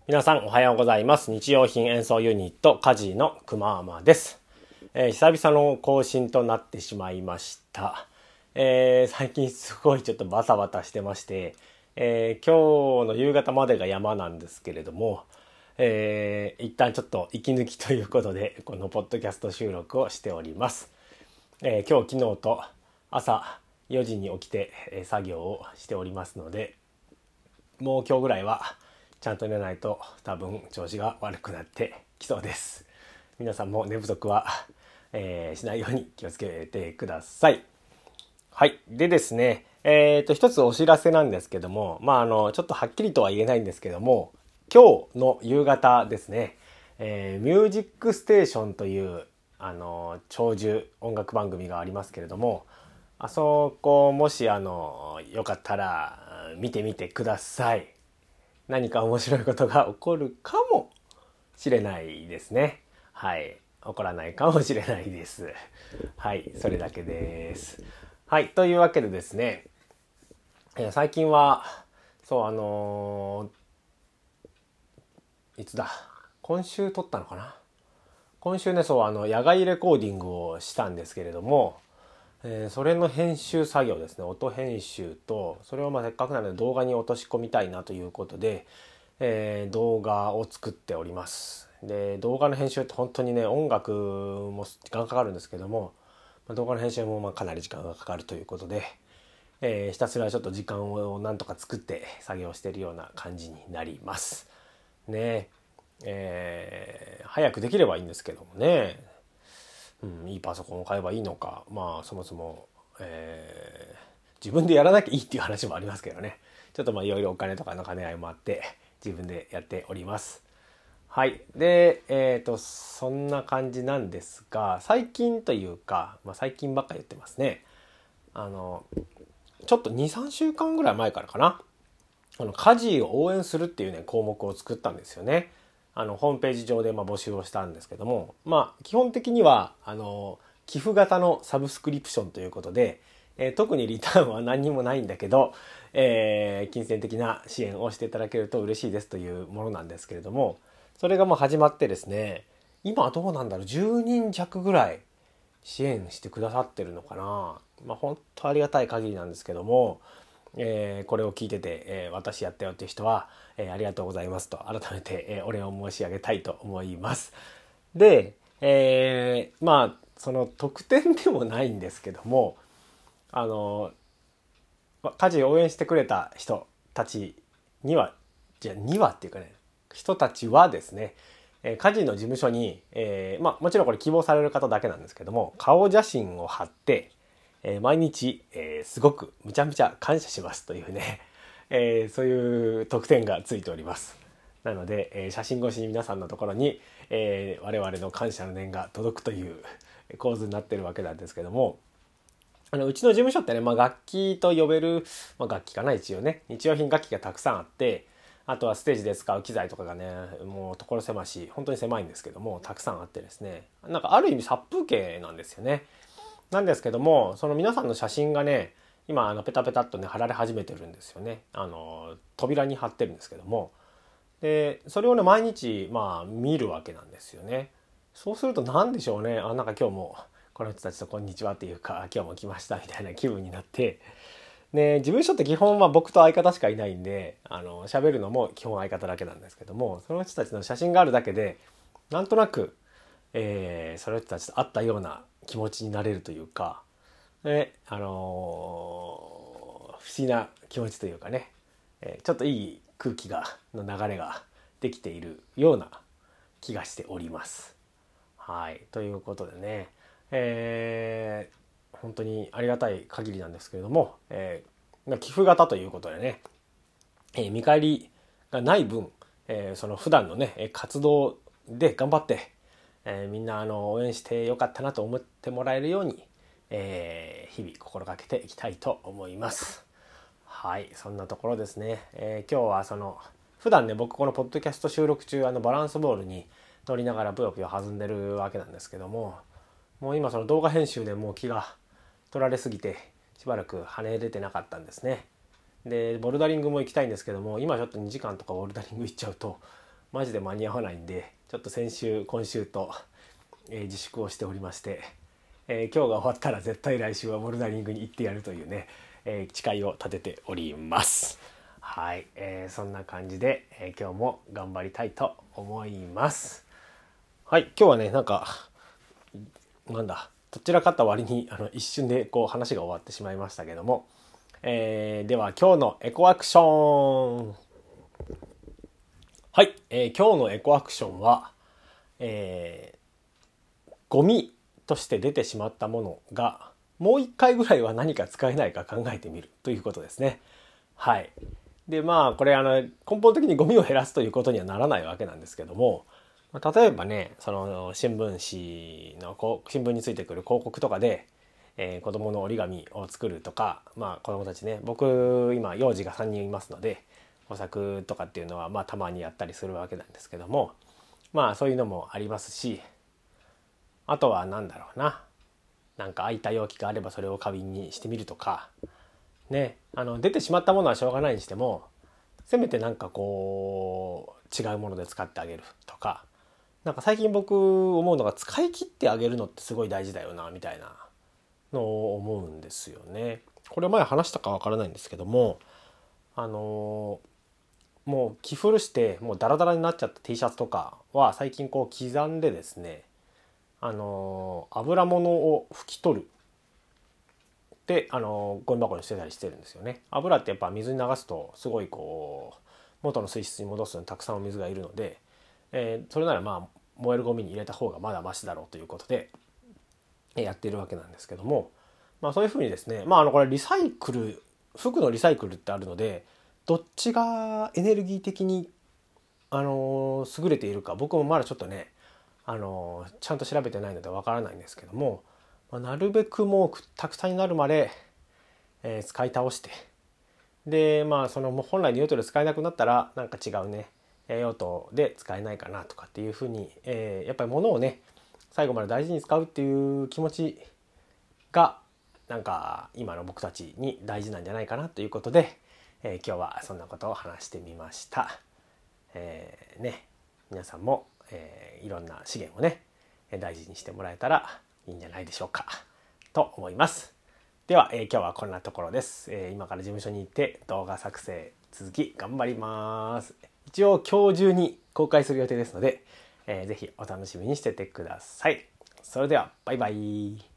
皆さんおはようございます。日用品演奏ユニットカジのくまーまです。久々の更新となってしまいました。最近すごいちょっとバタバタしてまして、今日の夕方までが山なんですけれども、一旦ちょっと息抜きということでこのポッドキャスト収録をしております。今日昨日と朝4時に起きて作業をしておりますので、もう今日ぐらいはちゃんと寝ないと多分調子が悪くなってきそうです。皆さんも寝不足は、しないように気をつけてください。はい。でですね、一つお知らせなんですけども、ちょっとはっきりとは言えないんですけども、今日の夕方ですね、ミュージックステーションという長寿音楽番組がありますけれども、あそこもしよかったら見てみてください。何か面白いことが起こるかもしれないですね。はい。起こらないかもしれないです。はい。それだけです。はい。というわけでですね、最近は、そう、いつだ。今週撮ったのかな。今週ね、そう、野外レコーディングをしたんですけれども、それの編集作業ですね。音編集と、それをせっかくなので動画に落とし込みたいなということで、動画を作っております。で、動画の編集って本当にね、音楽も時間かかるんですけども、動画の編集もかなり時間がかかるということで、ひたすらちょっと時間をなんとか作って作業しているような感じになりますね。早くできればいいんですけどもね、いいパソコンを買えばいいのか、そもそも、自分でやらなきゃいいっていう話もありますけどね、ちょっといろいろお金とかの兼ね合いもあって自分でやっております。はい。で、そんな感じなんですが、最近というか、最近ばっか言ってますね。ちょっと2、3週間ぐらい前からかな。家事を応援するっていうね、項目を作ったんですよね。ホームページ上で募集をしたんですけども、基本的には、寄付型のサブスクリプションということで、特にリターンは何にもないんだけど、金銭的な支援をしていただけると嬉しいですというものなんですけれども、それがもう始まってですね、今はどうなんだろう、10人弱ぐらい支援してくださってるのかな。本当ありがたい限りなんですけども、これを聞いてて、私やったよっていう人は、ありがとうございますと改めて、お礼を申し上げたいと思います。で、その特典でもないんですけども、家事を応援してくれた人たちには、にはっていうかね、人たちはですね、家事の事務所に、もちろんこれ希望される方だけなんですけども、顔写真を貼って、毎日、すごくむちゃむちゃ感謝しますというね、そういう特典がついております。なので、写真越しに皆さんのところに、我々の感謝の念が届くという構図になってるわけなんですけども、うちの事務所ってね、楽器と呼べる、楽器かな、一応ね。日用品楽器がたくさんあって、あとはステージで使う機材とかがね、もう所狭し、本当に狭いんですけども、たくさんあってですね、ある意味殺風景なんですよね。なんですけども、その皆さんの写真がね、今ペタペタっとね貼られ始めてるんですよね。扉に貼ってるんですけども、でそれをね毎日見るわけなんですよね。そうすると何でしょうね、今日もこの人たちとこんにちはっていうか、今日も来ましたみたいな気分になって、で事務所って基本は僕と相方しかいないんで、喋るのも基本相方だけなんですけども、その人たちの写真があるだけでなんとなく、その人たちと会ったような気持ちになれるというか、不思議な気持ちというかね、ちょっといい空気の流れができているような気がしております。はい。ということでね、本当にありがたい限りなんですけれども、寄付型ということでね、見返りがない分、その普段のね活動で頑張って、みんな応援してよかったなと思ってもらえるように、日々心がけていきたいと思います。はい、そんなところですね。今日は普段ね、僕このポッドキャスト収録中バランスボールに乗りながらぷよぷよ弾んでるわけなんですけども、もう今その動画編集でもう気が取られすぎてしばらく跳ね出てなかったんですね。でボルダリングも行きたいんですけども、今ちょっと2時間とかボルダリング行っちゃうとマジで間に合わないんで、ちょっと先週今週と、自粛をしておりまして、今日が終わったら絶対来週はボルダリングに行ってやるというね、誓いを立てております。はい、そんな感じで、今日も頑張りたいと思います。はい、今日はねなんだどちらかった割に一瞬でこう話が終わってしまいましたけども、では今日のエコアクション。はい、今日のエコアクションは、ゴミとして出てしまったものがもう一回ぐらいは何か使えないか考えてみるということですね。はい。でこれ根本的にゴミを減らすということにはならないわけなんですけども、例えばねその新聞についてくる広告とかで、子供の折り紙を作るとか、子供たちね、僕今幼児が3人いますので工作とかっていうのはたまにやったりするわけなんですけども、そういうのもありますし、あとはなんか空いた容器があればそれを花瓶にしてみるとかね、出てしまったものはしょうがないにしても、せめてなんかこう違うもので使ってあげるとか、なんか最近僕思うのが、使い切ってあげるのってすごい大事だよなみたいなのを思うんですよね。これ前話したかわからないんですけども、もう着古してもうダラダラになっちゃった T シャツとかは最近こう刻んでですね、油物を拭き取るでゴミ箱に捨てたりしてるんですよね。油ってやっぱ水に流すとすごいこう元の水質に戻すのにたくさんお水がいるので、それなら燃えるゴミに入れた方がまだマシだろうということでやっているわけなんですけども、そういうふうにですね、これリサイクル、服のリサイクルってあるので、どっちがエネルギー的に優れているか僕もまだちょっとねちゃんと調べてないのでわからないんですけども、なるべくもうたくさんになるまで、使い倒して、でその本来の用途で使えなくなったらなんか違うね用途で使えないかなとかっていうふうに、やっぱり物をね最後まで大事に使うっていう気持ちがなんか今の僕たちに大事なんじゃないかなということで、今日はそんなことを話してみました。皆さんも、いろんな資源をね大事にしてもらえたらいいんじゃないでしょうかと思います。では、今日はこんなところです。今から事務所に行って動画作成続き頑張ります。一応今日中に公開する予定ですので、ぜひお楽しみにしててください。それではバイバイ。